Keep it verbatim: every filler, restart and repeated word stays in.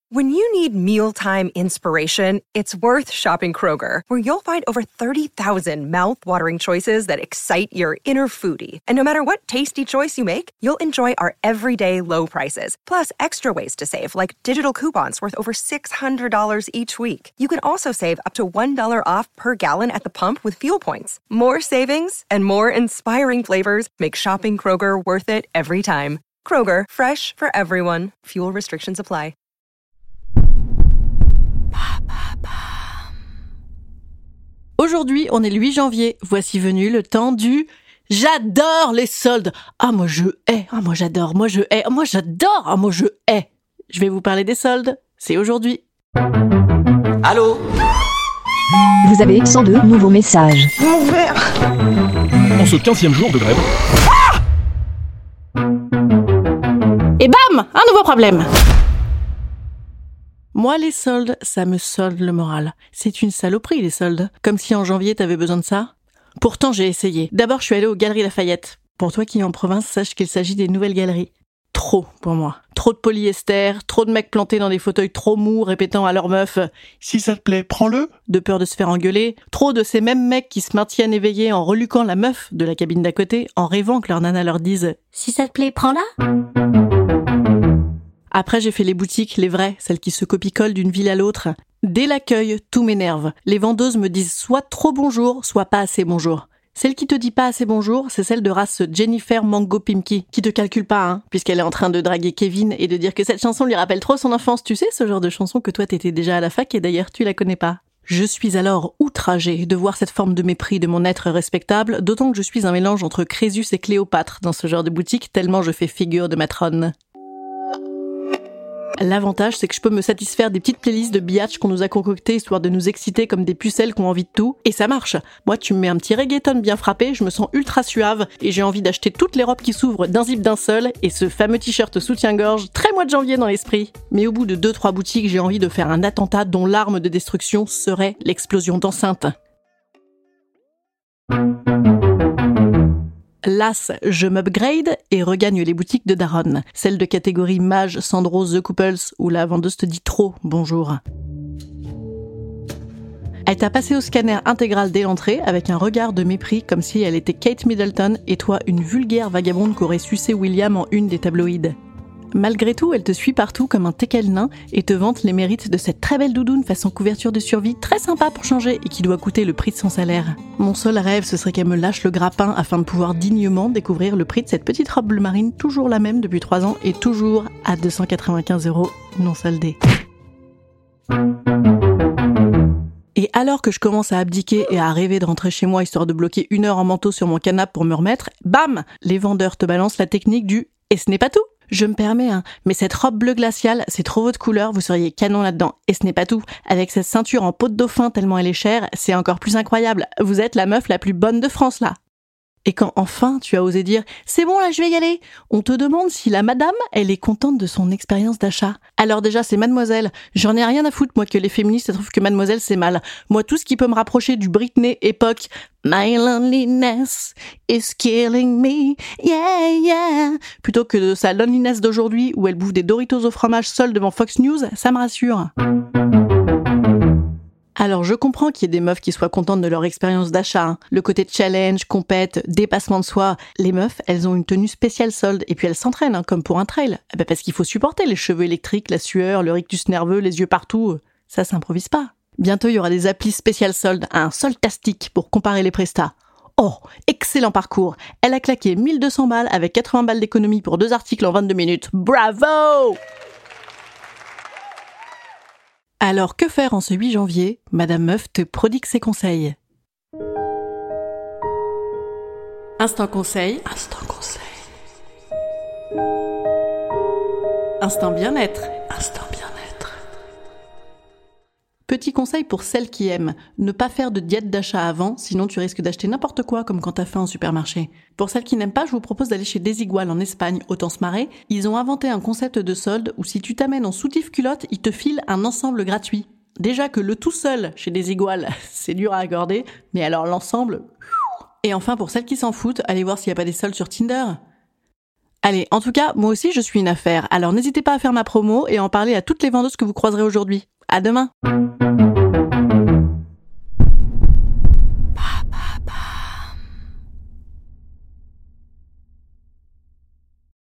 When you need mealtime inspiration, it's worth shopping Kroger, where you'll find over thirty thousand mouth-watering choices that excite your inner foodie. And no matter what tasty choice you make, you'll enjoy our everyday low prices, plus extra ways to save, like digital coupons worth over six hundred dollars each week. You can also save up to one dollar off per gallon at the pump with fuel points. More savings and more inspiring flavors make shopping Kroger worth it every time. Kroger, fresh for everyone. Fuel restrictions apply. Aujourd'hui, on est le huit janvier. Voici venu le temps du « J'adore les soldes !» Ah, moi je hais. Ah, moi j'adore. Moi je hais. Ah, moi j'adore. Ah, moi je hais. Je vais vous parler des soldes. C'est aujourd'hui. Allô ? Vous avez cent deux nouveaux messages. Mon verre ! En ce quinzième jour de grève. Et bam ! Un nouveau problème. Moi, les soldes, ça me solde le moral. C'est une saloperie, les soldes. Comme si en janvier, t'avais besoin de ça. Pourtant, j'ai essayé. D'abord, je suis allée aux Galeries Lafayette. Pour toi qui es en province, sache qu'il s'agit des nouvelles galeries. Trop, pour moi. Trop de polyester, trop de mecs plantés dans des fauteuils trop mous, répétant à leur meuf « Si ça te plaît, prends-le !» de peur de se faire engueuler. Trop de ces mêmes mecs qui se maintiennent éveillés en reluquant la meuf de la cabine d'à côté, en rêvant que leur nana leur dise « Si ça te plaît, prends-la !» Après, j'ai fait les boutiques, les vraies, celles qui se copie-collent d'une ville à l'autre. Dès l'accueil, tout m'énerve. Les vendeuses me disent soit trop bonjour, soit pas assez bonjour. Celle qui te dit pas assez bonjour, c'est celle de race Jennifer Mango Pimki, qui te calcule pas, hein, puisqu'elle est en train de draguer Kevin et de dire que cette chanson lui rappelle trop son enfance. Tu sais, ce genre de chanson que toi t'étais déjà à la fac et d'ailleurs tu la connais pas. Je suis alors outragée de voir cette forme de mépris de mon être respectable, d'autant que je suis un mélange entre Crésus et Cléopâtre dans ce genre de boutique, tellement je fais figure de matrone. L'avantage, c'est que je peux me satisfaire des petites playlists de biatch qu'on nous a concoctées histoire de nous exciter comme des pucelles qui ont envie de tout. Et ça marche. Moi, tu me mets un petit reggaeton bien frappé, je me sens ultra suave et j'ai envie d'acheter toutes les robes qui s'ouvrent d'un zip d'un seul et ce fameux t-shirt soutien-gorge très mois de janvier dans l'esprit. Mais au bout de deux trois boutiques, j'ai envie de faire un attentat dont l'arme de destruction serait l'explosion d'enceinte. Las, je m'upgrade et regagne les boutiques de Daronne, celles de catégorie Mage, Sandro, The Couples, où la vendeuse te dit trop bonjour. Elle t'a passé au scanner intégral dès l'entrée avec un regard de mépris comme si elle était Kate Middleton et toi une vulgaire vagabonde qu'aurait sucé William en une des tabloïds. Malgré tout, elle te suit partout comme un teckel nain et te vante les mérites de cette très belle doudoune façon couverture de survie, très sympa pour changer et qui doit coûter le prix de son salaire. Mon seul rêve, ce serait qu'elle me lâche le grappin afin de pouvoir dignement découvrir le prix de cette petite robe bleu marine, toujours la même depuis trois ans et toujours à deux cent quatre-vingt-quinze euros non soldés. Et alors que je commence à abdiquer et à rêver de rentrer chez moi histoire de bloquer une heure en manteau sur mon canapé pour me remettre, bam, les vendeurs te balancent la technique du « et ce n'est pas tout !» Je me permets, hein, mais cette robe bleue glaciale, c'est trop votre couleur, vous seriez canon là-dedans. Et ce n'est pas tout. Avec cette ceinture en peau de dauphin tellement elle est chère, c'est encore plus incroyable. Vous êtes la meuf la plus bonne de France, là. Et quand enfin tu as osé dire « c'est bon là, je vais y aller », on te demande si la madame, elle est contente de son expérience d'achat. Alors déjà, c'est mademoiselle. J'en ai rien à foutre, moi, que les féministes trouvent que mademoiselle, c'est mal. Moi, tout ce qui peut me rapprocher du Britney époque « My loneliness is killing me, yeah, yeah », plutôt que de sa loneliness d'aujourd'hui où elle bouffe des Doritos au fromage seule devant Fox News, ça me rassure. Alors je comprends qu'il y ait des meufs qui soient contentes de leur expérience d'achat, hein. Le côté challenge, compète, dépassement de soi. Les meufs, elles ont une tenue spéciale solde et puis elles s'entraînent, hein, comme pour un trail. Eh ben parce qu'il faut supporter les cheveux électriques, la sueur, le rictus nerveux, les yeux partout. Ça s'improvise pas. Bientôt il y aura des applis spéciales soldes, un soltastique pour comparer les prestats. Oh, excellent parcours. Elle a claqué mille deux cents balles avec quatre-vingts balles d'économie pour deux articles en vingt-deux minutes. Bravo! Alors que faire en ce huit janvier ? Madame Meuf te prodigue ses conseils. Instant conseil. Instant conseil. Instant bien-être. Instant bien-être. Petit conseil pour celles qui aiment, ne pas faire de diète d'achat avant, sinon tu risques d'acheter n'importe quoi comme quand t'as faim au supermarché. Pour celles qui n'aiment pas, je vous propose d'aller chez Desigual en Espagne, autant se marrer. Ils ont inventé un concept de solde où si tu t'amènes en soutif culotte, ils te filent un ensemble gratuit. Déjà que le tout seul chez Desigual, c'est dur à accorder, mais alors l'ensemble... Et enfin, pour celles qui s'en foutent, allez voir s'il n'y a pas des soldes sur Tinder. Allez, en tout cas, moi aussi je suis une affaire, alors n'hésitez pas à faire ma promo et à en parler à toutes les vendeuses que vous croiserez aujourd'hui. À demain!